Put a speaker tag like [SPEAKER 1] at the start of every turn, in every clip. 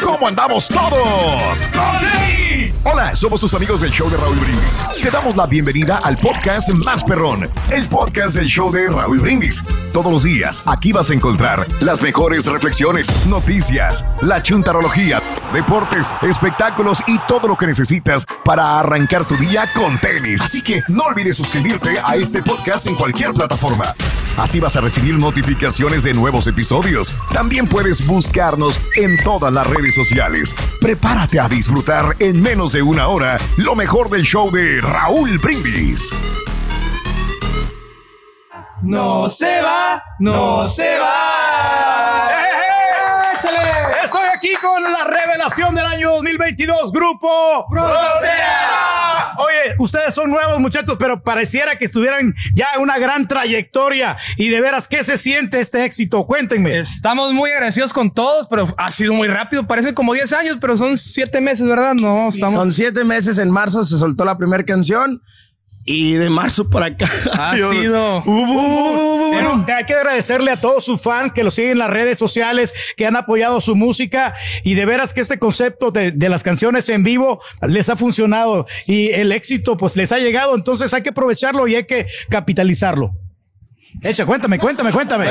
[SPEAKER 1] ¿Cómo andamos todos? Hola, somos tus amigos del show de Raúl Brindis. Te damos la bienvenida al podcast más perrón, el podcast del show de Raúl Brindis. Todos los días aquí vas a encontrar las mejores reflexiones, noticias, la chuntarología, deportes, espectáculos y todo lo que necesitas para arrancar tu día con tenis. Así que no olvides suscribirte a este podcast en cualquier plataforma. Así vas a recibir notificaciones de nuevos episodios. También puedes buscarnos en todas las redes sociales. Prepárate a disfrutar en menos de una hora lo mejor del show de Raúl Brindis.
[SPEAKER 2] No se va, no se va.
[SPEAKER 3] ¡Échale! Estoy aquí con la revelación del año 2022, Grupo Frontera. Oye, ustedes son nuevos, muchachos, pero pareciera que estuvieran ya en una gran trayectoria. Y de veras, ¿qué se siente este éxito? Cuéntenme.
[SPEAKER 2] Estamos muy agradecidos con todos, pero ha sido muy rápido. Parece como 10 años, pero son 7 meses, ¿verdad? No,
[SPEAKER 4] Sí,
[SPEAKER 2] estamos...
[SPEAKER 4] Son 7 meses. En marzo se soltó la primera canción. Y de marzo para acá
[SPEAKER 2] Ha sido...
[SPEAKER 3] Bueno, hay que agradecerle a todos sus fans que lo siguen en las redes sociales, que han apoyado su música, y de veras que este concepto de las canciones en vivo les ha funcionado y el éxito pues les ha llegado, entonces hay que aprovecharlo y hay que capitalizarlo. Echa, cuéntame.
[SPEAKER 4] Cuéntale,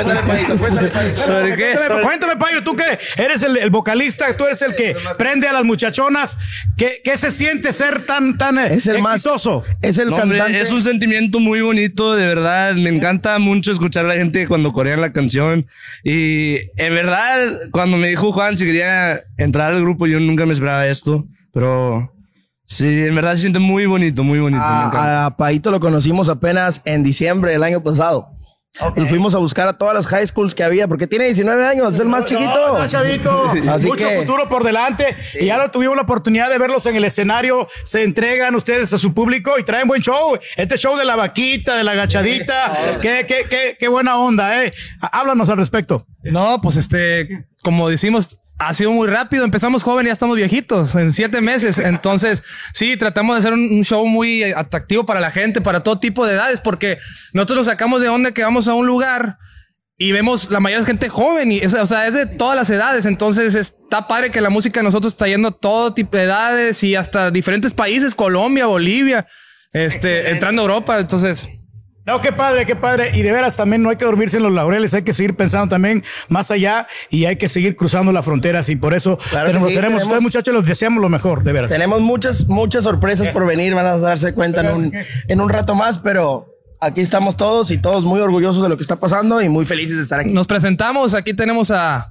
[SPEAKER 3] Cuéntame, Payo, tú que eres el vocalista, tú eres el que prende a las muchachonas. ¿Qué se siente ser tan
[SPEAKER 4] es el
[SPEAKER 3] exitoso?
[SPEAKER 4] Es el cantante.
[SPEAKER 5] Es un sentimiento muy bonito, de verdad. Me encanta mucho escuchar a la gente cuando corean la canción. Y en verdad, cuando me dijo Juan si quería entrar al grupo, yo nunca me esperaba esto. Pero sí, en verdad se siente muy bonito, muy bonito. Me encanta.
[SPEAKER 4] A Paito lo conocimos apenas en diciembre del año pasado. Okay. Lo fuimos a buscar a todas las high schools que había, porque tiene 19 años, es el más chiquito.
[SPEAKER 3] No, chavito.
[SPEAKER 4] Así
[SPEAKER 3] mucho
[SPEAKER 4] que...
[SPEAKER 3] futuro por delante. Sí. Y ahora tuvimos la oportunidad de verlos en el escenario. Se entregan ustedes a su público y traen buen show. Este show de la vaquita, de la agachadita. Qué buena onda, ¿eh? Háblanos al respecto.
[SPEAKER 2] No, pues como decimos... Ha sido muy rápido, empezamos joven y ya estamos viejitos en 7 meses. Entonces, sí, tratamos de hacer un show muy atractivo para la gente, para todo tipo de edades, porque nosotros lo sacamos de onda que vamos a un lugar y vemos la mayoría de gente joven, y o sea, es de todas las edades. Entonces, está padre que la música de nosotros está yendo a todo tipo de edades y hasta diferentes países, Colombia, Bolivia, entrando a Europa. Entonces...
[SPEAKER 3] No, qué padre. Y de veras también no hay que dormirse en los laureles, hay que seguir pensando también más allá y hay que seguir cruzando las fronteras, y por eso
[SPEAKER 4] claro
[SPEAKER 3] tenemos ustedes, muchachos, los deseamos lo mejor, de veras.
[SPEAKER 4] Tenemos muchas sorpresas por venir, van a darse cuenta en un rato más, pero aquí estamos todos y todos muy orgullosos de lo que está pasando y muy felices de estar aquí.
[SPEAKER 2] Nos presentamos, aquí tenemos a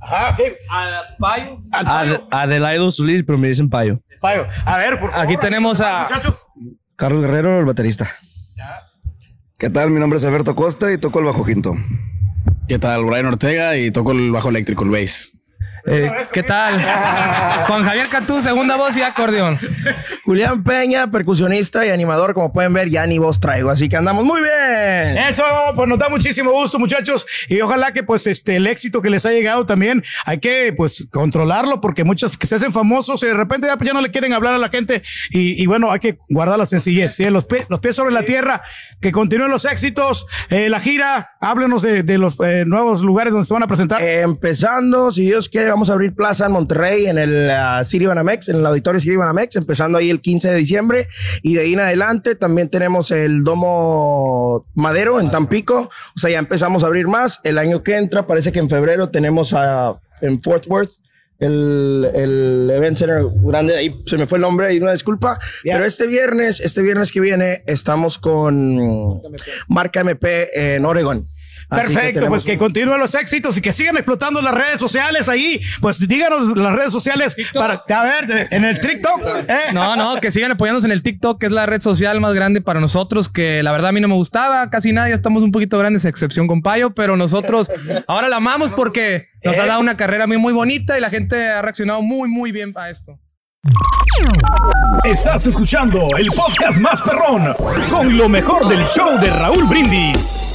[SPEAKER 5] Payo. Adelaido Solís, pero me dicen Payo.
[SPEAKER 3] Payo, a ver, por favor.
[SPEAKER 2] Aquí tenemos a...
[SPEAKER 3] Muchachos.
[SPEAKER 6] Carlos Guerrero, el baterista. ¿Qué tal? Mi nombre es Alberto Costa y toco el bajo quinto.
[SPEAKER 7] ¿Qué tal? Brian Ortega y toco el bajo eléctrico, el bass.
[SPEAKER 2] ¿Qué tal? Juan Javier Catú, segunda voz y acordeón.
[SPEAKER 4] Julián Peña, percusionista y animador. Como pueden ver, ya ni voz traigo, así que andamos muy bien.
[SPEAKER 3] Eso, pues nos da muchísimo gusto, muchachos, y ojalá que pues el éxito que les ha llegado también hay que pues controlarlo, porque muchos que se hacen famosos y de repente ya no le quieren hablar a la gente, y bueno, hay que guardar la sencillez, ¿sí? los pies sobre la tierra, que continúen los éxitos. La gira, háblenos de los nuevos lugares donde se van a presentar.
[SPEAKER 4] Empezando, si Dios quiere, vamos a abrir plaza en Monterrey, en el City Banamex, en el auditorio City Banamex, empezando ahí el 15 de diciembre, y de ahí en adelante también tenemos el Domo Madero en Tampico. O sea, ya empezamos a abrir más. El año que entra, parece que en febrero tenemos en Fort Worth el Event Center grande, ahí se me fue el nombre, ahí una disculpa, pero este viernes que viene estamos con Marca MP en Oregon.
[SPEAKER 3] Perfecto, pues que continúen los éxitos y que sigan explotando las redes sociales ahí. Pues díganos las redes sociales para, a ver, en el TikTok.
[SPEAKER 2] No, que sigan apoyándonos en el TikTok, que es la red social más grande para nosotros, que la verdad a mí no me gustaba casi nada, ya estamos un poquito grandes, a excepción con Payo, pero nosotros ahora la amamos porque nos ha dado una carrera muy bonita y la gente ha reaccionado muy bien a esto.
[SPEAKER 1] Estás escuchando el podcast más perrón con lo mejor del show de Raúl Brindis.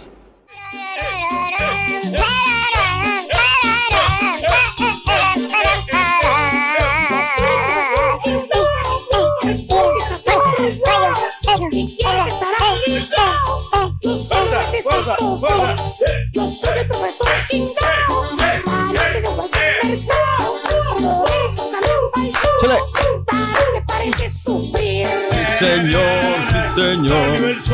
[SPEAKER 8] Yo soy el profesor Quinto. Chale.
[SPEAKER 9] Que paren de sufrir.
[SPEAKER 8] Señor, sí, señor.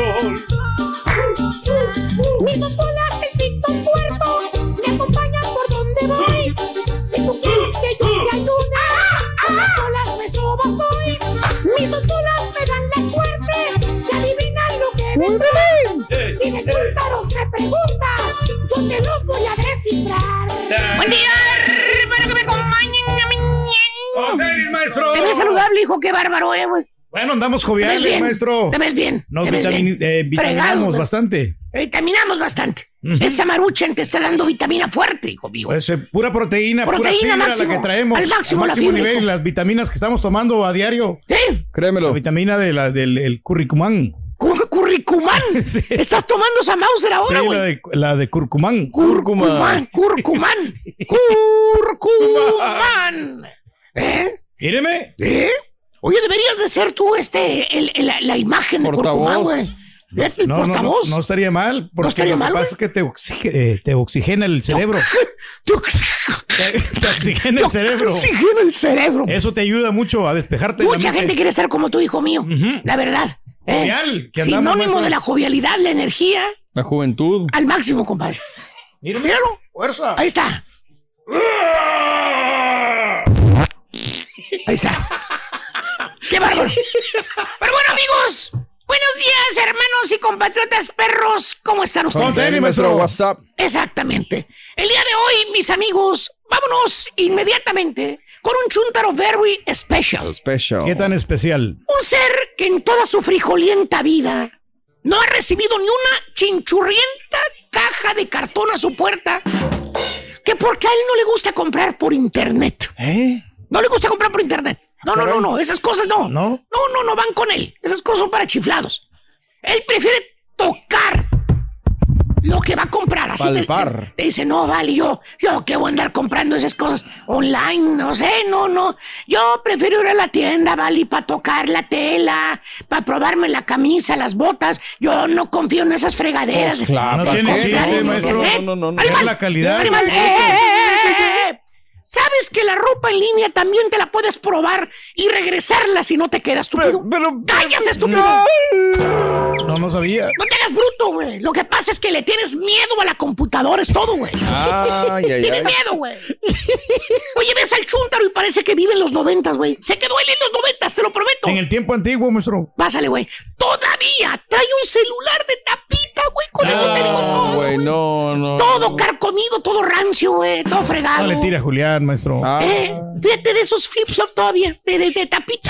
[SPEAKER 9] Mis dos bolas, el pito puerto, me acompañan por donde voy. Si tú quieres que yo te ayude, con las bolas me sobo soy. Mis dos bolas me dan la suerte de adivinar lo que vendrá. Si de chúntaros me preguntas, yo te los voy a descifrar. Buen día, espero que me acompañen a mi
[SPEAKER 3] maestro.
[SPEAKER 9] Te ves saludable, hijo, qué bárbaro, güey.
[SPEAKER 3] Bueno, andamos joviales, maestro.
[SPEAKER 9] Te ves bien.
[SPEAKER 3] Nos
[SPEAKER 9] te ves bien.
[SPEAKER 3] vitaminamos bastante.
[SPEAKER 9] Vitaminamos bastante. Esa Maruchan te está dando vitamina fuerte, hijo mío.
[SPEAKER 3] Pues pura proteína, pura fibra
[SPEAKER 9] máximo,
[SPEAKER 3] la que traemos.
[SPEAKER 9] al máximo la
[SPEAKER 3] nivel,
[SPEAKER 9] fibra,
[SPEAKER 3] las vitaminas que estamos tomando a diario.
[SPEAKER 9] Sí.
[SPEAKER 8] Créemelo.
[SPEAKER 3] La vitamina del curcumán.
[SPEAKER 9] ¿Curcumán?
[SPEAKER 3] Sí.
[SPEAKER 9] ¿Estás tomando esa Mauser ahora, güey?
[SPEAKER 3] Sí, la de curcumán.
[SPEAKER 9] Curcumán.
[SPEAKER 3] Míreme.
[SPEAKER 9] Oye, deberías de ser tú la imagen de Curcumán, güey. El portavoz.
[SPEAKER 3] No estaría mal. Porque
[SPEAKER 9] no estaría mal,
[SPEAKER 3] lo que pasa es que te oxigena el cerebro. Te oxigena el cerebro.
[SPEAKER 9] Te oxigena el cerebro.
[SPEAKER 3] Eso te ayuda mucho a despejarte.
[SPEAKER 9] Mucha gente quiere ser como tu hijo mío. La verdad.
[SPEAKER 3] Jovial.
[SPEAKER 9] Sinónimo de la jovialidad, la energía.
[SPEAKER 8] La juventud.
[SPEAKER 9] Al máximo, compadre.
[SPEAKER 3] Míralo. Fuerza.
[SPEAKER 9] Ahí está. Ahí está. ¡Qué bárbaro! Pero bueno, amigos, buenos días, hermanos y compatriotas perros. ¿Cómo están ustedes?
[SPEAKER 3] Conteni, maestro.
[SPEAKER 8] WhatsApp.
[SPEAKER 9] Exactamente. El día de hoy, mis amigos, vámonos inmediatamente con un chuntaro very special.
[SPEAKER 3] ¿Qué tan especial?
[SPEAKER 9] Un ser que en toda su frijolienta vida no ha recibido ni una chinchurrienta caja de cartón a su puerta, que porque a él no le gusta comprar por internet. No le gusta comprar por internet. No, esas cosas no. No van con él. Esas cosas son para chiflados. Él prefiere tocar lo que va a comprar. Así te dice, no, vale, yo qué voy a andar comprando esas cosas online, no sé, no. Yo prefiero ir a la tienda, vale, para tocar la tela, para probarme la camisa, las botas. Yo no confío en esas fregaderas.
[SPEAKER 3] Pues claro, no tiene chiste, maestro. No.
[SPEAKER 9] Animal,
[SPEAKER 3] la calidad.
[SPEAKER 9] Animal, ¿sabes que la ropa en línea también te la puedes probar y regresarla si no te queda, estúpido? ¡Cállate, estúpido!
[SPEAKER 3] No sabía.
[SPEAKER 9] No te hagas bruto, güey. Lo que pasa es que le tienes miedo a la computadora, es todo, güey. Tienes miedo, güey. Oye, ves al chúntaro y parece que vive en los 90, güey. Se quedó él en los 90, te lo prometo.
[SPEAKER 3] En el tiempo antiguo, maestro.
[SPEAKER 9] Pásale, güey. Todavía trae un celular de tapita, güey. Con eso te digo todo, güey.
[SPEAKER 8] No.
[SPEAKER 9] Todo carcomido, todo rancio, güey. Todo fregado.
[SPEAKER 3] No le tira a Julián, maestro.
[SPEAKER 9] Fíjate de esos flip-flop todavía, de tapita.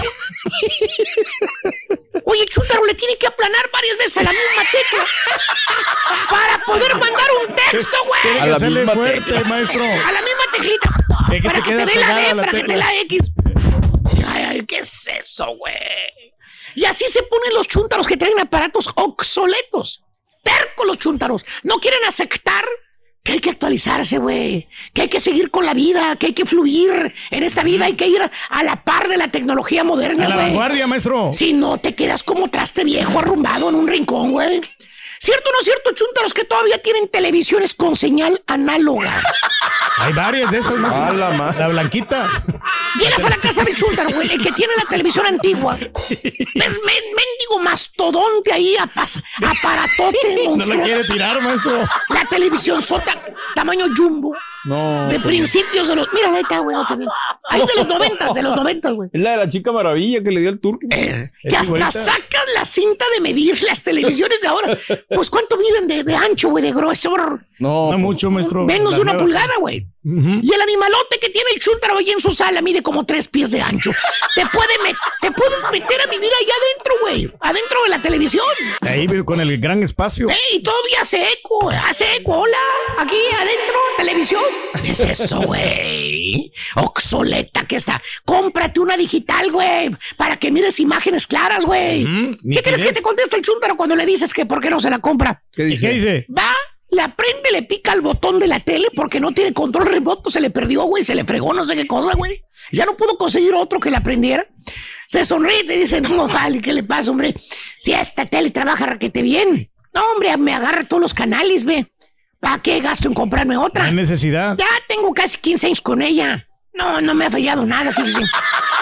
[SPEAKER 9] Oye, chúntaro le tiene que aplanar varias veces a la misma tecla para poder mandar un texto, güey.
[SPEAKER 3] Tiene que hacerle fuerte, maestro.
[SPEAKER 9] A la misma teclita.
[SPEAKER 3] Es que
[SPEAKER 9] para
[SPEAKER 3] se
[SPEAKER 9] que
[SPEAKER 3] queda
[SPEAKER 9] te dé la
[SPEAKER 3] pegada
[SPEAKER 9] D,
[SPEAKER 3] la
[SPEAKER 9] para que te dé
[SPEAKER 3] tecla.
[SPEAKER 9] la X. Ay, ¿qué es eso, güey? Y así se ponen los chúntaros que traen aparatos obsoletos. Tercos los chúntaros. No quieren aceptar que hay que actualizarse, güey. Que hay que seguir con la vida, que hay que fluir en esta vida. Hay que ir a la par de la tecnología moderna,
[SPEAKER 3] A la
[SPEAKER 9] güey.
[SPEAKER 3] vanguardia, maestro.
[SPEAKER 9] Si no, te quedas como traste viejo arrumbado en un rincón, güey. ¿Cierto o no cierto, chúntaros, que todavía tienen televisiones con señal análoga?
[SPEAKER 3] Hay varias de esas, maestro. La blanquita.
[SPEAKER 9] Llegas a la casa del chúntaro, güey, el que tiene la televisión antigua. Ves mendigo mastodonte ahí, aparatote,
[SPEAKER 3] No
[SPEAKER 9] monstruo.
[SPEAKER 3] la quiere tirar, maestro.
[SPEAKER 9] La televisión sota, tamaño jumbo.
[SPEAKER 8] No.
[SPEAKER 9] De principios de los... Mira, ahí está, güey. Ahí de los 90, güey.
[SPEAKER 8] Es la de la chica maravilla que le dio el turco.
[SPEAKER 9] Que hasta sacas la cinta de medir las televisiones de ahora. Pues, ¿cuánto miden de ancho, güey, de grosor?
[SPEAKER 8] No
[SPEAKER 3] mucho, maestro.
[SPEAKER 9] Menos de una pulgada, güey. Y el animalote que tiene el chúntaro ahí en su sala mide como 3 pies de ancho. Te puedes meter a vivir allá adentro, güey. Adentro de la televisión.
[SPEAKER 3] Ahí con el gran espacio.
[SPEAKER 9] Y todavía hace eco. Hola, aquí adentro, televisión. ¿Qué es eso, güey? Obsoleta que está. Cómprate una digital, güey, para que mires imágenes claras, güey. ¿Qué crees que te contesta el chúntaro cuando le dices que por qué no se la compra?
[SPEAKER 8] ¿Qué dice?
[SPEAKER 9] Va, la prende, le pica el botón de la tele porque no tiene control remoto, se le perdió, güey, se le fregó no sé qué cosa, güey. Ya no pudo conseguir otro que la prendiera. Se sonríe y te dice, no, vale, ¿qué le pasa, hombre? Si esta tele trabaja raquete bien. No, hombre, me agarra todos los canales, ve. ¿Para qué gasto en comprarme otra?
[SPEAKER 3] No hay necesidad.
[SPEAKER 9] Ya tengo casi 15 años con ella. No me ha fallado nada, fíjese.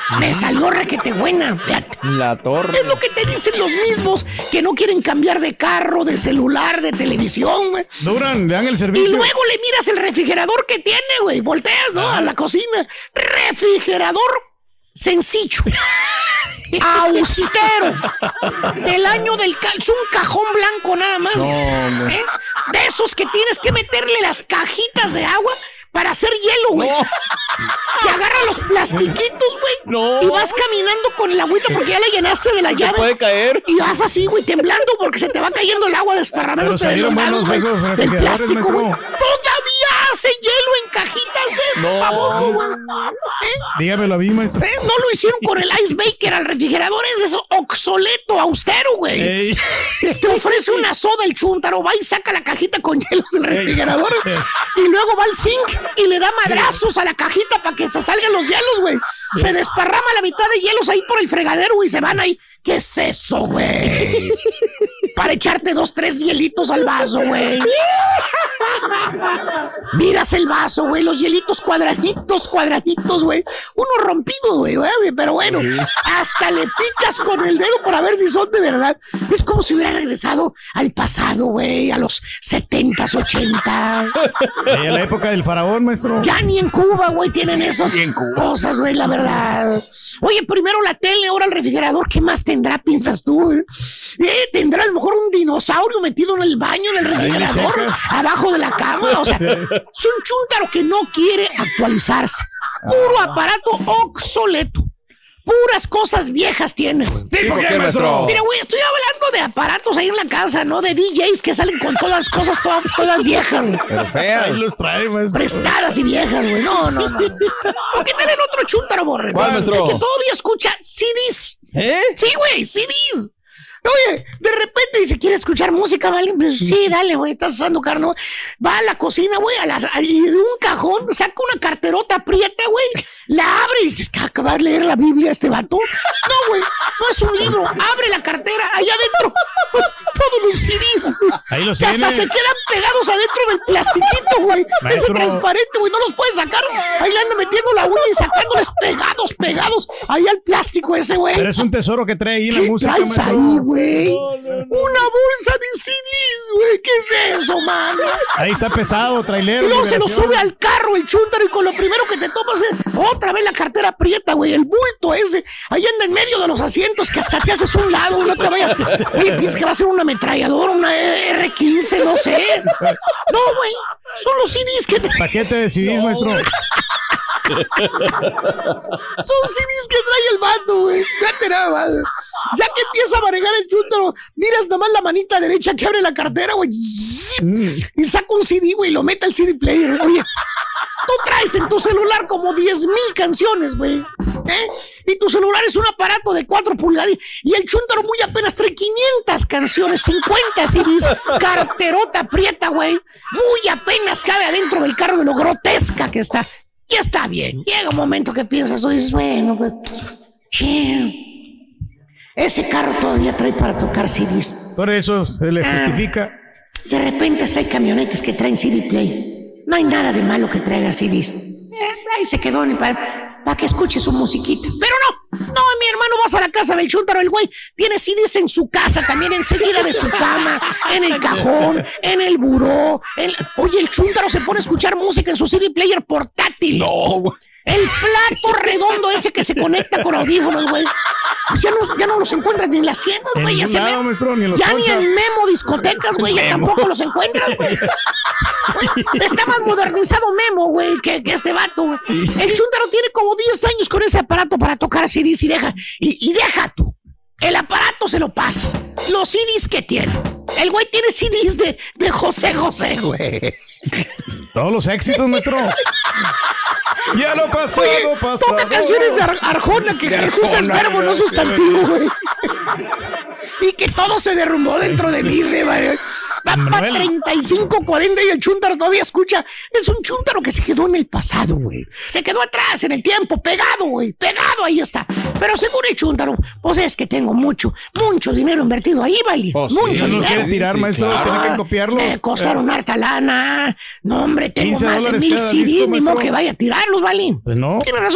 [SPEAKER 9] Me salió requete buena. Fíjate.
[SPEAKER 8] La torre.
[SPEAKER 9] Es lo que te dicen los mismos que no quieren cambiar de carro, de celular, de televisión, güey.
[SPEAKER 3] Duran, le dan el
[SPEAKER 9] Y
[SPEAKER 3] servicio.
[SPEAKER 9] luego le miras el refrigerador que tiene, güey. Volteas, ¿no? A la cocina. Refrigerador sencillo. Austero. Del año del es un cajón blanco nada más.
[SPEAKER 8] No, no.
[SPEAKER 9] ¿Eh? De esos que tienes que meterle las cajitas de agua para hacer hielo, güey. Que agarra los plastiquitos, güey.
[SPEAKER 8] No.
[SPEAKER 9] Y vas caminando con el agüita porque ya le llenaste de la llave.
[SPEAKER 8] Puede caer.
[SPEAKER 9] Y vas así, güey, temblando porque se te va cayendo el agua desparramándote de los lados, güey,
[SPEAKER 3] esos
[SPEAKER 9] del
[SPEAKER 3] refrigeradores,
[SPEAKER 9] plástico, güey.
[SPEAKER 3] maestro.
[SPEAKER 9] Todavía hace hielo en cajitas de eso, baboso, güey.
[SPEAKER 3] Dígamelo a mí, maestro.
[SPEAKER 9] No lo hicieron con el Ice Maker al refrigerador, es eso obsoleto, austero, güey.
[SPEAKER 3] Ey.
[SPEAKER 9] Te ofrece una soda el chúntaro, va y saca la cajita con hielo del refrigerador y luego va al zinc y le da madrazos a la cajita para que se salgan los hielos, güey. Se desparrama la mitad de hielos ahí por el fregadero, güey, y se van ahí. ¿Qué es eso, güey? Para echarte 2, 3 hielitos al vaso, güey. Miras el vaso, güey, los hielitos cuadraditos, güey. Uno rompido, güey, pero bueno, hasta le picas con el dedo para ver si son de verdad. Es como si hubiera regresado al pasado, güey, a los 70s, 80.
[SPEAKER 3] En la época del faraón, maestro.
[SPEAKER 9] Ya ni en Cuba, güey, tienen esas cosas, güey, la verdad. Oye, primero la tele, ahora el refrigerador, ¿qué más tendrá, piensas tú? ¿Tendrá a lo mejor un dinosaurio metido en el baño, en el refrigerador, abajo de la cama? O sea, es un chúntaro que no quiere actualizarse. Puro aparato obsoleto. Puras cosas viejas tiene, güey.
[SPEAKER 3] ¿Tipo qué, maestro?
[SPEAKER 9] Mira, güey, estoy hablando de aparatos ahí en la casa, ¿no? De DJs que salen con todas las cosas todas viejas, güey.
[SPEAKER 8] Pero fea.
[SPEAKER 3] Ahí los trae, maestro.
[SPEAKER 9] Prestadas y viejas, güey. No. ¿O qué tal el otro chúntaro, borre?
[SPEAKER 8] ¿Cuál, maestro?
[SPEAKER 9] El que todavía escucha CDs.
[SPEAKER 8] ¿Eh?
[SPEAKER 9] Sí, güey, CDs. Oye, de repente dice, ¿quiere escuchar música, vale? Pues sí, dale, güey, estás usando carno. Va a la cocina, güey, y de un cajón saca una carterota aprieta, güey, la abre y dices, ¿que acaba de leer la Biblia este vato? No, güey, no es un libro. Abre la cartera, allá adentro, todos los CDs, güey.
[SPEAKER 3] Ahí los
[SPEAKER 9] que hasta
[SPEAKER 3] tiene.
[SPEAKER 9] se quedan pegados adentro del plastiquito, güey. Ese
[SPEAKER 3] Maestro.
[SPEAKER 9] transparente, güey, no los puedes sacar. Ahí le anda metiendo la uña y sacándoles pegados, ahí al plástico ese, güey.
[SPEAKER 3] Pero es un tesoro que trae ahí la
[SPEAKER 9] ¿Qué
[SPEAKER 3] música,
[SPEAKER 9] traes
[SPEAKER 3] maestro.
[SPEAKER 9] ahí, güey? Una bolsa de CDs, güey. ¿Qué es eso, mano?
[SPEAKER 3] Ahí está pesado, trailero.
[SPEAKER 9] Y luego se lo
[SPEAKER 3] liberación.
[SPEAKER 9] sube al carro el chúntaro y con lo primero que te tomas es otra vez la cartera aprieta, güey. El bulto ese. Ahí anda en medio de los asientos que hasta te haces un lado y no te vaya. Oye, piensas que va a ser una ametralladora, una R15, no sé. No, güey. Son los CDs que trae.
[SPEAKER 3] Paquete de CDs, maestro.
[SPEAKER 9] Son CDs que trae el vato, güey. Fíjate nada más. Ya que empieza a manejar el chúntaro, miras nomás la manita derecha que abre la cartera, güey. Y saca un CD, güey, y lo mete al CD player. Oye, tú traes en tu celular como 10,000 canciones, güey. Y tu celular es un aparato de 4 pulgadas. Y el chúntaro muy apenas trae 500 canciones, 50 CDs. Carterota aprieta, güey. Muy apenas cabe adentro del carro de lo grotesca que está. Y está bien. Llega un momento que piensas, tú dices, bueno, pues, ese carro todavía trae para tocar CDs.
[SPEAKER 3] Por eso se le justifica.
[SPEAKER 9] De repente hay camionetas que traen CD play. No hay nada de malo que traiga CDs. Ahí se quedó para que escuche su musiquita. Pero no, mi hermano, vas a la casa del chúntaro, el güey tiene CDs en su casa, también enseguida de su cama, en el cajón, en el buró. Oye, el chúntaro se pone a escuchar música en su CD player portátil.
[SPEAKER 8] No, güey.
[SPEAKER 9] El plato redondo ese que se conecta con audífonos, güey. Pues ya no los encuentras ni en las tiendas, güey. Ya,
[SPEAKER 3] maestro, ni en los
[SPEAKER 9] ya ni
[SPEAKER 3] Polsa.
[SPEAKER 9] en Memo discotecas, güey. Ya tampoco los encuentras, güey. Está más modernizado Memo, güey, que este vato, güey. El chúntaro tiene como 10 años con ese aparato para tocar CDs y deja tú. El aparato se lo pasa. Los CDs que tiene. El güey tiene CDs de José José, güey.
[SPEAKER 3] Todos los éxitos, maestro. Ya lo pasado,
[SPEAKER 9] Oye,
[SPEAKER 3] pasado.
[SPEAKER 9] toca canciones de Arjona, que Jesús es verbo, no sustantivo, güey. Y que todo se derrumbó dentro de mí, güey. Va para 35, 40 y el chúntaro todavía escucha. Es un chúntaro que se quedó en el pasado, güey. Se quedó atrás en el tiempo, pegado, güey. Pegado, ahí está. Pero según el chúntaro, pues es que tengo mucho dinero invertido ahí, vale.
[SPEAKER 8] Oh, sí.
[SPEAKER 9] Mucho
[SPEAKER 3] No los
[SPEAKER 9] dinero.
[SPEAKER 3] quiere tirar, maestro.
[SPEAKER 8] claro.
[SPEAKER 3] Tiene que copiarlos.
[SPEAKER 9] Me costaron harta lana. No, hombre, tengo
[SPEAKER 3] $15
[SPEAKER 9] más de 1,000
[SPEAKER 3] cada
[SPEAKER 9] CDs,
[SPEAKER 3] disco,
[SPEAKER 9] ni modo
[SPEAKER 3] maestro.
[SPEAKER 9] que vaya a tirarlos, vale.
[SPEAKER 3] Pues no.
[SPEAKER 9] Tiene razón.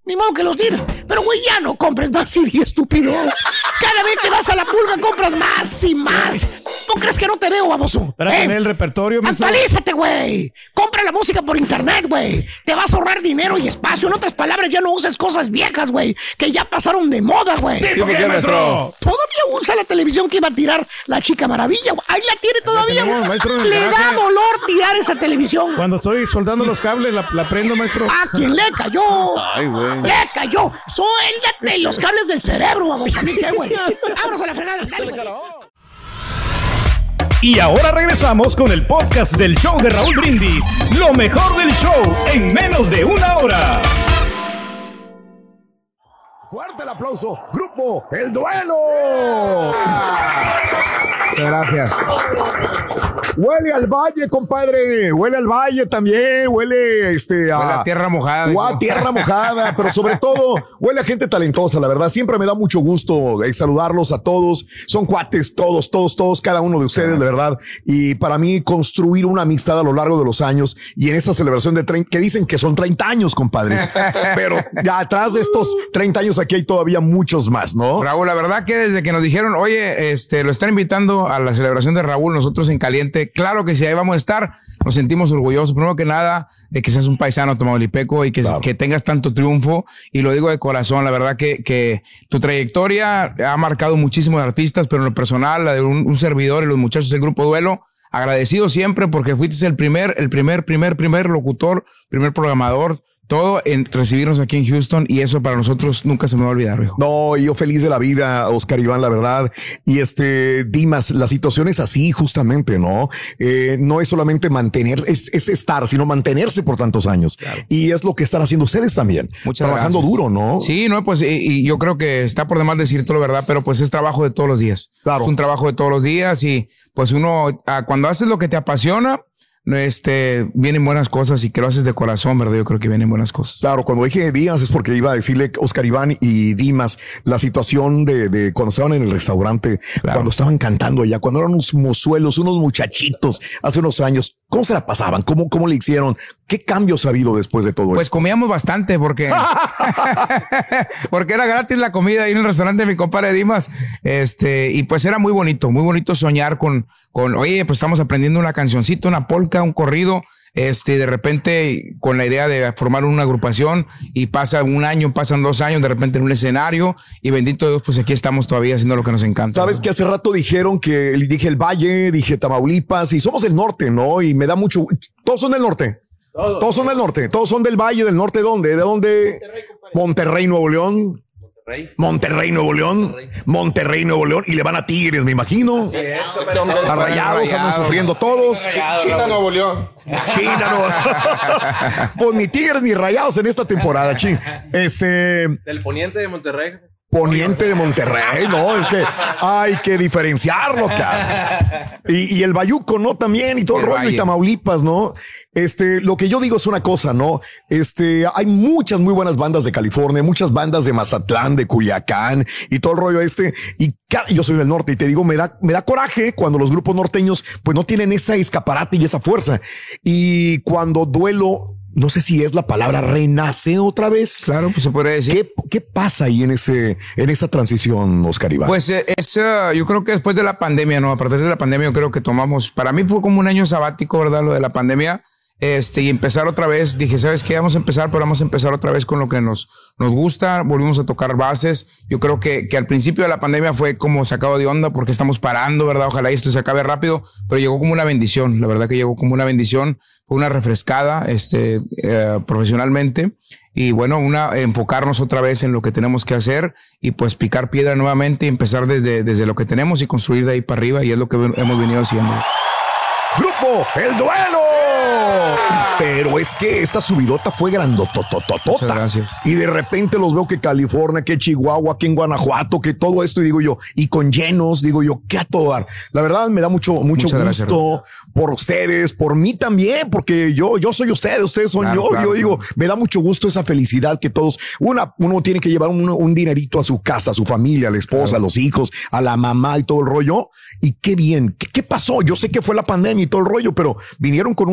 [SPEAKER 9] Ni modo que los tires. Pero, güey, ya no compres más CD, estúpido. Cada vez que vas a la pulga compras más y más. ¿No crees que no te veo, baboso?
[SPEAKER 3] Para tener el repertorio, maestro.
[SPEAKER 9] Actualízate, güey. Compra la música por internet, güey. Te vas a ahorrar dinero y espacio. En otras palabras, ya no uses cosas viejas, güey, que ya pasaron de moda, güey.
[SPEAKER 3] ¿Tipo qué, maestro?
[SPEAKER 9] Todavía usa la televisión que iba a tirar la Chica Maravilla, güey. Ahí la tiene todavía,
[SPEAKER 3] tenemos,
[SPEAKER 9] güey.
[SPEAKER 3] maestro, en el
[SPEAKER 9] Le
[SPEAKER 3] garaje.
[SPEAKER 9] da dolor tirar esa televisión.
[SPEAKER 3] Cuando estoy soldando los cables, la prendo, maestro.
[SPEAKER 9] ¿A quién le cayó?
[SPEAKER 8] Ay, güey.
[SPEAKER 9] Le cayó. Suéltate los cables del cerebro, vamos. ¿A mí qué, güey? Vámonos a la fregada. Dale, güey.
[SPEAKER 10] Y ahora regresamos con el podcast del show de Raúl Brindis. Lo mejor del show en menos de una hora.
[SPEAKER 1] Fuerte el aplauso. Grupo El Duelo. Gracias. Huele al valle, compadre. Huele al valle también. Huele
[SPEAKER 11] a tierra mojada.
[SPEAKER 1] A tierra mojada, pero sobre todo huele a gente talentosa, la verdad. Siempre me da mucho gusto saludarlos a todos. Son cuates, todos, cada uno de ustedes, de verdad. Y para mí, construir una amistad a lo largo de los años y en esta celebración de 30, que dicen que son 30 años, compadres. Pero ya atrás de estos 30 años aquí hay todavía muchos más, ¿no?
[SPEAKER 11] Raúl, la verdad que desde que nos dijeron, oye, lo están invitando a la celebración de Raúl, nosotros en Caliente, claro que sí, ahí vamos a estar, nos sentimos orgullosos, primero que nada, de que seas un paisano tamaulipeco y que, claro, que tengas tanto triunfo, y lo digo de corazón, la verdad que tu trayectoria ha marcado muchísimos artistas, pero en lo personal, la de un servidor y los muchachos del Grupo Duelo, agradecido siempre porque fuiste el primer locutor, primer programador, todo en recibirnos aquí en Houston, y eso para nosotros nunca se me va a olvidar, hijo.
[SPEAKER 1] No, yo feliz de la vida, Oscar Iván, la verdad. Y Dimas, la situación es así justamente, ¿no? No es solamente mantener, es estar, sino mantenerse por tantos años. Claro. Y es lo que están haciendo ustedes también.
[SPEAKER 11] Muchas
[SPEAKER 1] trabajando
[SPEAKER 11] gracias.
[SPEAKER 1] Duro, ¿no?
[SPEAKER 11] Sí, no, pues, y yo creo que está por demás decirte la verdad, pero pues es trabajo de todos los días.
[SPEAKER 1] Claro.
[SPEAKER 11] Es un trabajo de todos los días, y pues uno, cuando haces lo que te apasiona, vienen buenas cosas, y que lo haces de corazón, ¿verdad? Yo creo que vienen buenas cosas.
[SPEAKER 1] Claro, cuando dije Díaz es porque iba a decirle, Oscar Iván y Dimas, la situación de cuando estaban en el restaurante, claro, cuando estaban cantando allá, cuando eran unos mozuelos, unos muchachitos, hace unos años, ¿cómo se la pasaban? ¿Cómo le hicieron? ¿Qué cambios ha habido después de todo eso?
[SPEAKER 11] Pues comíamos bastante porque era gratis la comida ahí en el restaurante de mi compadre Dimas. Y pues era muy bonito soñar con, oye, pues estamos aprendiendo una cancioncita, una polka, un corrido, de repente con la idea de formar una agrupación, y pasa un año, pasan 2 años, de repente en un escenario, y bendito Dios, pues aquí estamos todavía haciendo lo que nos encanta.
[SPEAKER 1] Sabes, ¿no? Que hace rato dijeron que dije el Valle, dije Tamaulipas, y somos del norte, ¿no? Y me da mucho, todos son del norte. Todos son del norte, todos son del Valle, del norte. ¿Dónde? ¿De dónde? Monterrey, Nuevo León. Monterrey, Nuevo León, y le van a Tigres, me imagino. A Rayados andan sufriendo todos.
[SPEAKER 12] China, Nuevo León.
[SPEAKER 1] Pues ni Tigres ni Rayados en esta temporada,
[SPEAKER 12] Del poniente de Monterrey.
[SPEAKER 1] Poniente de Monterrey, no, es que hay que diferenciarlo, cara. Y el Bayuco, ¿no? También, y todo el rollo, y Tamaulipas, ¿no? Lo que yo digo es una cosa, ¿no? Hay muchas muy buenas bandas de California, muchas bandas de Mazatlán, de Culiacán, y todo el rollo y yo soy del norte, y te digo, me da coraje cuando los grupos norteños, pues no tienen esa escaparate y esa fuerza. Y cuando Duelo, no sé si es la palabra, renace otra vez.
[SPEAKER 11] Claro, pues se podría decir.
[SPEAKER 1] ¿Qué pasa ahí en esa transición, Oscar Iván?
[SPEAKER 11] Pues yo creo que después de la pandemia, ¿no? A partir de la pandemia yo creo que para mí fue como un año sabático, ¿verdad? Lo de la pandemia. Y empezar otra vez, dije, ¿sabes qué? Vamos a empezar, pero vamos a empezar otra vez con lo que nos gusta. Volvimos a tocar bases. Yo creo que al principio de la pandemia fue como sacado de onda porque estamos parando, ¿verdad? Ojalá esto se acabe rápido, pero llegó como una bendición. La verdad que llegó como una bendición. Fue una refrescada, profesionalmente. Y bueno, enfocarnos otra vez en lo que tenemos que hacer y pues picar piedra nuevamente y empezar desde lo que tenemos y construir de ahí para arriba. Y es lo que hemos venido haciendo.
[SPEAKER 1] Grupo El Duelo. Pero es que esta subidota fue grandotototota.
[SPEAKER 11] Muchas gracias.
[SPEAKER 1] Y de repente los veo que California, que Chihuahua, que en Guanajuato, que todo esto, y digo yo, y con llenos, digo yo, que a todo dar. La verdad me da mucho gusto gracias, por ustedes, por mí también, porque yo soy ustedes son claro, yo. Claro, yo digo, me da mucho gusto esa felicidad que todos, uno tiene que llevar un dinerito a su casa, a su familia, a la esposa, a los hijos, a la mamá y todo el rollo. Y qué bien. ¿Qué pasó? Yo sé que fue la pandemia y todo el rollo, pero vinieron con una producción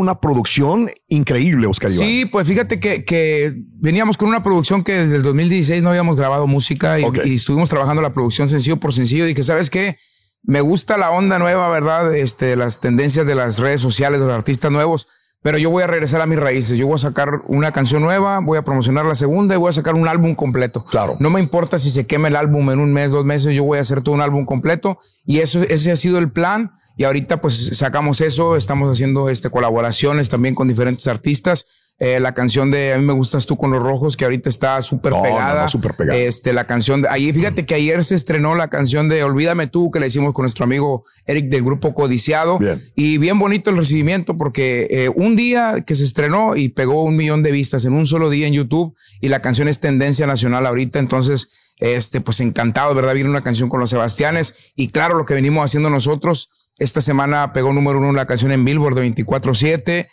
[SPEAKER 1] producción increíble, Oscar Iván.
[SPEAKER 11] Sí, pues fíjate que veníamos con una producción que desde el 2016 no habíamos grabado música y estuvimos trabajando la producción sencillo por sencillo. Dije, ¿sabes qué? Me gusta la onda nueva, ¿verdad? Las tendencias de las redes sociales, de los artistas nuevos, pero yo voy a regresar a mis raíces. Yo voy a sacar una canción nueva, voy a promocionar la segunda y voy a sacar un álbum completo.
[SPEAKER 1] Claro.
[SPEAKER 11] No me importa si se quema el álbum en un mes, 2 meses, yo voy a hacer todo un álbum completo y ese ha sido el plan. Y ahorita pues sacamos eso, estamos haciendo colaboraciones también con diferentes artistas. La canción de A mí me gustas tú con los rojos, que ahorita está súper pegada.
[SPEAKER 1] No, súper pegada.
[SPEAKER 11] La canción de ahí, fíjate que ayer se estrenó la canción de Olvídame tú, que le hicimos con nuestro amigo Eric del grupo Codiciado.
[SPEAKER 1] Bien.
[SPEAKER 11] Y bien bonito el recibimiento porque un día que se estrenó y pegó 1 millón de vistas en un solo día en YouTube y la canción es tendencia nacional ahorita. Entonces, pues encantado, ¿verdad? Viene una canción con los Sebastianes y claro, lo que venimos haciendo nosotros. Esta semana pegó número 1 la canción en Billboard de 24/7.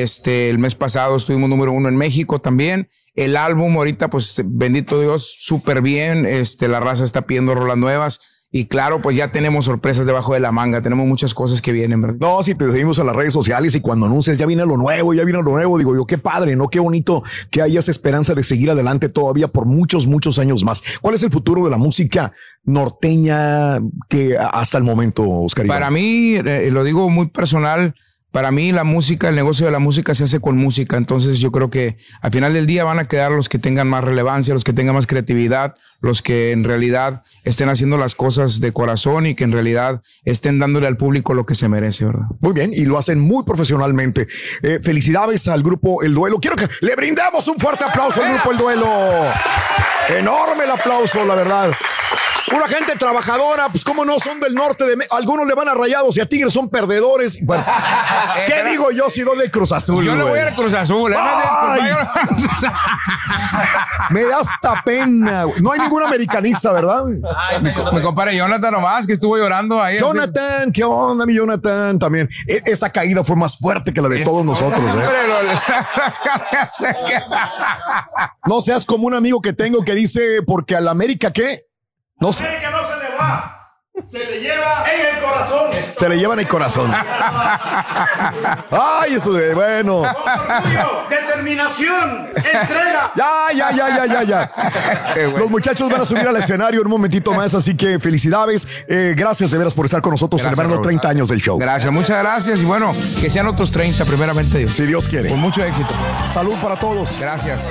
[SPEAKER 11] El mes pasado estuvimos número 1 en México también. El álbum ahorita, pues bendito Dios, súper bien. La raza está pidiendo rolas nuevas. Y claro, pues ya tenemos sorpresas debajo de la manga. Tenemos muchas cosas que vienen, ¿verdad?
[SPEAKER 1] No, si te seguimos a las redes sociales y cuando anuncias ya viene lo nuevo, digo yo, qué padre, ¿no? Qué bonito que haya esa esperanza de seguir adelante todavía por muchos, muchos años más. ¿Cuál es el futuro de la música norteña que hasta el momento, Oscar Iván?
[SPEAKER 11] Para mí, lo digo muy personal, para mí la música, el negocio de la música se hace con música. Entonces yo creo que al final del día van a quedar los que tengan más relevancia, los que tengan más creatividad, los que en realidad estén haciendo las cosas de corazón y que en realidad estén dándole al público lo que se merece, ¿verdad?
[SPEAKER 1] Muy bien, y lo hacen muy profesionalmente. Felicidades al grupo El Duelo. Quiero que le brindemos un fuerte aplauso al grupo El Duelo. Enorme el aplauso, la verdad. Una gente trabajadora, pues cómo no, son del norte de México. Algunos le van a Rayados y a Tigres son perdedores. Bueno, ¿qué digo yo si doy del Cruz Azul?
[SPEAKER 11] Yo le voy al Cruz Azul.
[SPEAKER 1] Me da hasta pena. No hay ningún americanista, ¿verdad?
[SPEAKER 11] Mi compadre Jonathan nomás, que estuvo llorando ahí.
[SPEAKER 1] Jonathan, ¿qué onda, mi Jonathan? También. Esa caída fue más fuerte que la de todos nosotros. No seas como un amigo que tengo que dice, porque al América, ¿qué? No sé.
[SPEAKER 3] América no se le va. Se le lleva en el corazón.
[SPEAKER 1] Se le lleva en el corazón. Ay, eso de bueno.
[SPEAKER 3] Orgullo, determinación, entrega.
[SPEAKER 1] Ya. Los muchachos van a subir al escenario en un momentito más, así que felicidades. Gracias de veras por estar con nosotros celebrando 30 años del show.
[SPEAKER 11] Gracias, muchas gracias. Y bueno, que sean otros 30, primeramente Dios.
[SPEAKER 1] Si Dios quiere.
[SPEAKER 11] Con mucho éxito.
[SPEAKER 1] Salud para todos.
[SPEAKER 11] Gracias.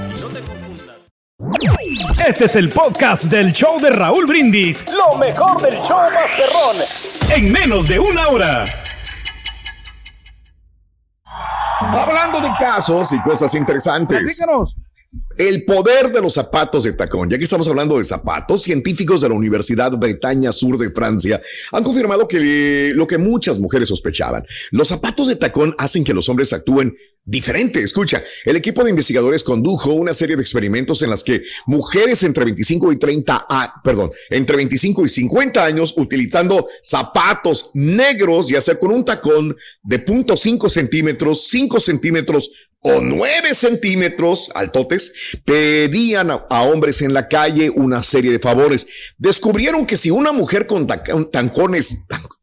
[SPEAKER 10] Este es el podcast del show de Raúl Brindis. Lo mejor del show Masterrón. En menos de 1 hora.
[SPEAKER 1] Hablando de casos y cosas interesantes.
[SPEAKER 3] Díganos.
[SPEAKER 1] El poder de los zapatos de tacón. Ya que estamos hablando de zapatos, científicos de la Universidad Bretaña Sur de Francia han confirmado que lo que muchas mujeres sospechaban. Los zapatos de tacón hacen que los hombres actúen diferente. Escucha, el equipo de investigadores condujo una serie de experimentos en las que mujeres entre 25 y 50 años utilizando zapatos negros, ya sea con un tacón de 0.5 centímetros, 5 centímetros o 9 centímetros altotes, pedían a hombres en la calle una serie de favores. Descubrieron que si una mujer con tacones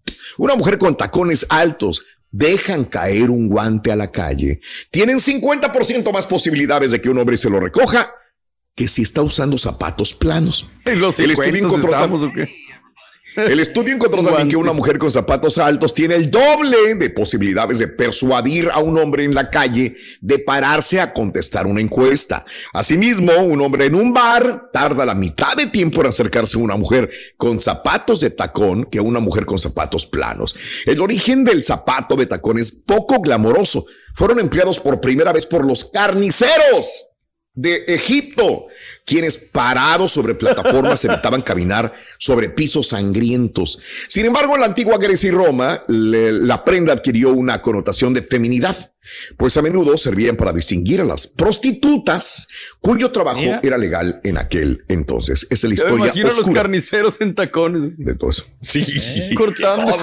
[SPEAKER 1] altos dejan caer un guante a la calle, tienen 50% más posibilidades de que un hombre se lo recoja que si está usando zapatos planos.
[SPEAKER 8] ¿En los 50 estamos o qué?
[SPEAKER 1] El estudio encontró también que una mujer con zapatos altos tiene el doble de posibilidades de persuadir a un hombre en la calle de pararse a contestar una encuesta. Asimismo, un hombre en un bar tarda la mitad de tiempo en acercarse a una mujer con zapatos de tacón que a una mujer con zapatos planos. El origen del zapato de tacón es poco glamoroso. Fueron empleados por primera vez por los carniceros de Egipto, quienes parados sobre plataformas evitaban caminar sobre pisos sangrientos. Sin embargo, en la antigua Grecia y Roma, la prenda adquirió una connotación de feminidad, pues a menudo servían para distinguir a las prostitutas, cuyo trabajo era legal en aquel entonces. Esa es la historia
[SPEAKER 8] me imagino
[SPEAKER 1] oscura
[SPEAKER 8] a los carniceros en tacones.
[SPEAKER 1] de todo eso. Sí.
[SPEAKER 8] Cortando.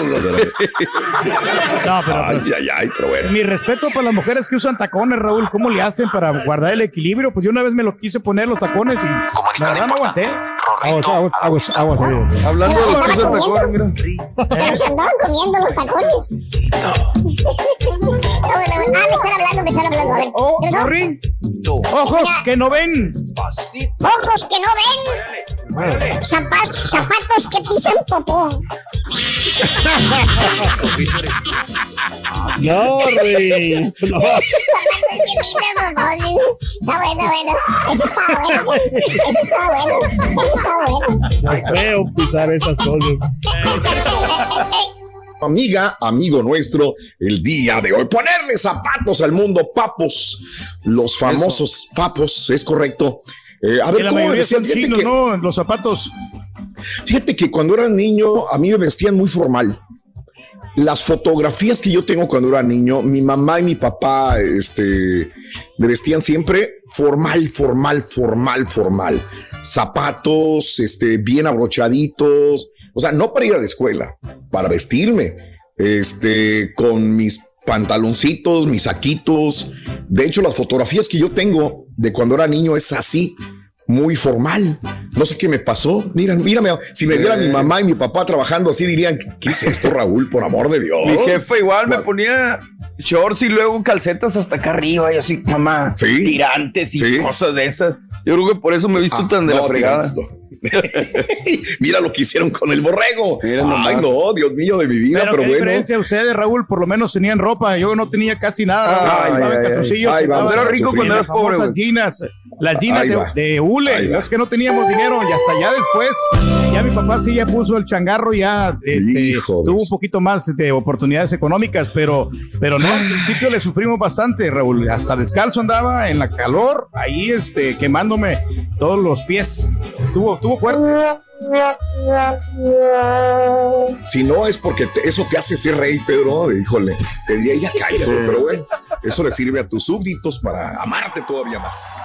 [SPEAKER 3] No, pero
[SPEAKER 1] Pero bueno.
[SPEAKER 3] mi respeto para las mujeres que usan tacones, Raúl. ¿Cómo le hacen para guardar el equilibrio? Pues yo una vez me lo quise poner los tacones y la verdad no aguanté. Aguas.
[SPEAKER 8] Hablando de los quesos tacones, mira.
[SPEAKER 13] Se los andaban comiendo los tacones. Me están hablando. A ver.
[SPEAKER 3] Sorry. Ojos que no ven.
[SPEAKER 13] Ojos que no ven. Zapatos que pisan popó.
[SPEAKER 3] No, Rey. No.
[SPEAKER 13] Está bueno. Eso está bueno.
[SPEAKER 3] Es feo pisar esas cosas.
[SPEAKER 1] Amiga, amigo nuestro, el día de hoy. Ponerle zapatos al mundo, papos. Los famosos papos, es correcto. A ver,
[SPEAKER 3] la mayoría son chinos, ¿no? Los zapatos.
[SPEAKER 1] Fíjate que cuando era niño, a mí me vestían muy formal. Las fotografías que yo tengo cuando era niño, mi mamá y mi papá me vestían siempre formal. Zapatos, bien abrochaditos. O sea, no para ir a la escuela, para vestirme, con mis pantaloncitos, mis saquitos. De hecho, las fotografías que yo tengo de cuando era niño es así, muy formal. No sé qué me pasó. Mírame, si me viera mi mamá y mi papá trabajando así, dirían, ¿qué es esto, Raúl? Por amor de Dios.
[SPEAKER 8] Mi jefe igual me ponía shorts y luego calcetas hasta acá arriba y así, mamá, tirantes y cosas de esas. Yo creo que por eso me he visto tan de la fregada.
[SPEAKER 1] Mira lo que hicieron con el borrego. Ay, no, Dios mío de mi vida, pero bueno.
[SPEAKER 3] Diferencia, ustedes, Raúl, por lo menos tenían ropa. Yo no tenía casi nada.
[SPEAKER 8] Era rico cuando eras pobre.
[SPEAKER 3] Las jeans de hule. Es que no teníamos dinero y hasta ya después, ya mi papá sí ya puso el changarro, ya tuvo un poquito más de oportunidades económicas, pero no, al principio le sufrimos bastante, Raúl. Hasta descalzo andaba en la calor, ahí quemándome todos los pies. Estuvo fuerte.
[SPEAKER 1] Si no es porque eso te hace ser rey, Pedro, híjole, te diría ya cállate, pero bueno, eso le sirve a tus súbditos para amarte todavía más.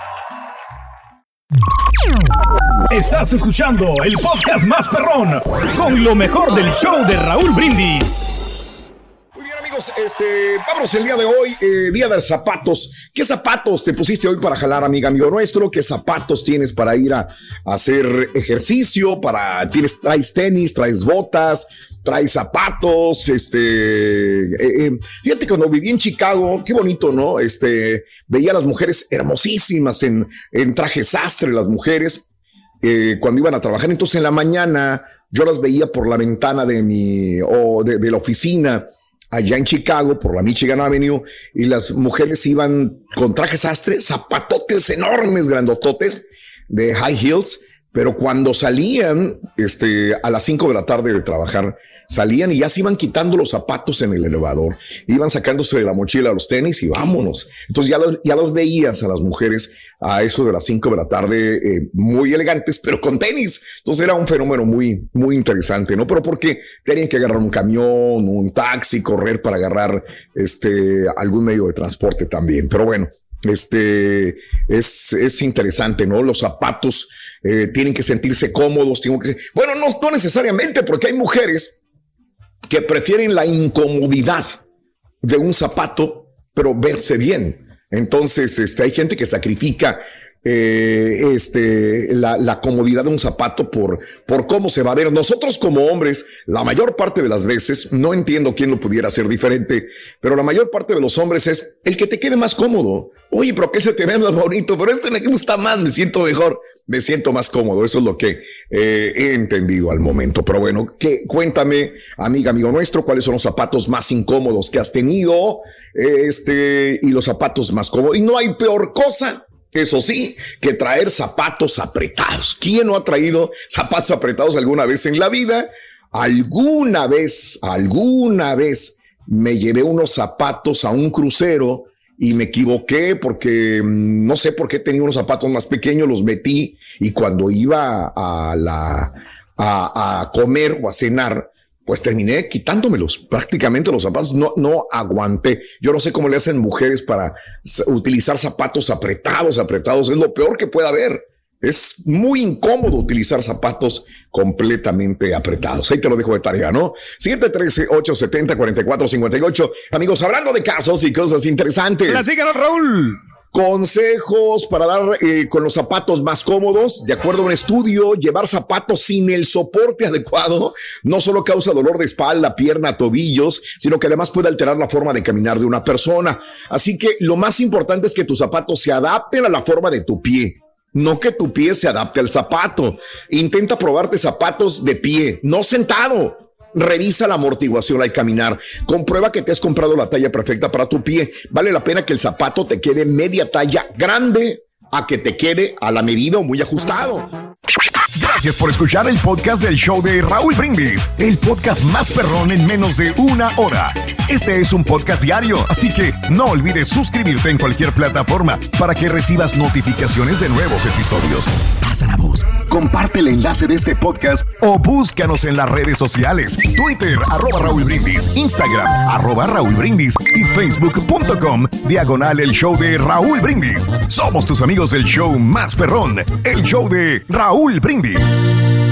[SPEAKER 10] Estás escuchando el podcast más perrón con lo mejor del show de Raúl Brindis.
[SPEAKER 1] Muy bien, amigos, vámonos el día de hoy, día de zapatos. ¿Qué zapatos te pusiste hoy para jalar, amigo nuestro? ¿Qué zapatos tienes para ir a hacer ejercicio? ¿Traes tenis, traes botas, traes zapatos? Fíjate, cuando viví en Chicago, qué bonito, ¿no? Veía a las mujeres hermosísimas en traje sastre, las mujeres, cuando iban a trabajar. Entonces, en la mañana, yo las veía por la ventana de la oficina allá en Chicago, por la Michigan Avenue, y las mujeres iban con trajes sastre, zapatotes enormes, grandototes, de high heels, pero cuando salían a las 5 de la tarde de trabajar, salían y ya se iban quitando los zapatos en el elevador, iban sacándose de la mochila los tenis y vámonos. Entonces ya las veías a las mujeres a eso de las 5 de la tarde, muy elegantes, pero con tenis. Entonces era un fenómeno muy, muy interesante, ¿no? Pero porque tenían que agarrar un camión, un taxi, correr para agarrar algún medio de transporte también. Pero bueno, es interesante, ¿no? Los zapatos tienen que sentirse cómodos, bueno, no necesariamente, porque hay mujeres que prefieren la incomodidad de un zapato, pero verse bien. Entonces, hay gente que sacrifica la comodidad de un zapato por cómo se va a ver. Nosotros como hombres, la mayor parte de las veces, no entiendo quién lo pudiera hacer diferente, pero la mayor parte de los hombres es el que te quede más cómodo. Oye, pero que se te vea más bonito, pero me gusta más, me siento mejor, me siento más cómodo. Eso es lo que he entendido al momento. Pero bueno, cuéntame, amigo nuestro, cuáles son los zapatos más incómodos que has tenido, y los zapatos más cómodos. Y no hay peor cosa, eso sí, que traer zapatos apretados. ¿Quién no ha traído zapatos apretados alguna vez en la vida? Alguna vez me llevé unos zapatos a un crucero y me equivoqué porque no sé por qué tenía unos zapatos más pequeños, los metí y cuando iba a comer o a cenar, pues terminé quitándomelos, prácticamente los zapatos, no aguanté. Yo no sé cómo le hacen mujeres para utilizar zapatos apretados, es lo peor que puede haber. Es muy incómodo utilizar zapatos completamente apretados. Ahí te lo dejo de tarea, ¿no? 713-870-4458. Amigos, hablando de casos y cosas interesantes.
[SPEAKER 3] Platícanos, Raúl.
[SPEAKER 1] Consejos para dar con los zapatos más cómodos. De acuerdo a un estudio, llevar zapatos sin el soporte adecuado no solo causa dolor de espalda, pierna, tobillos, sino que además puede alterar la forma de caminar de una persona. Así que lo más importante es que tus zapatos se adapten a la forma de tu pie. No que tu pie se adapte al zapato. Intenta probarte zapatos de pie, no sentado. Revisa la amortiguación al caminar. Comprueba que te has comprado la talla perfecta para tu pie. Vale la pena que el zapato te quede media talla grande a que te quede a la medida o muy ajustado.
[SPEAKER 14] Gracias por escuchar el podcast del show de Raúl Brindis, el podcast más perrón en menos de una hora. Este es un podcast diario, así que no olvides suscribirte en cualquier plataforma para que recibas notificaciones de nuevos episodios. Pasa la voz, comparte el enlace de este podcast o búscanos en las redes sociales. Twitter, @Raúl Brindis, Instagram, @Raúl Brindis y Facebook.com/el show de Raúl Brindis. Somos tus amigos del show más perrón, el show de Raúl Brindis.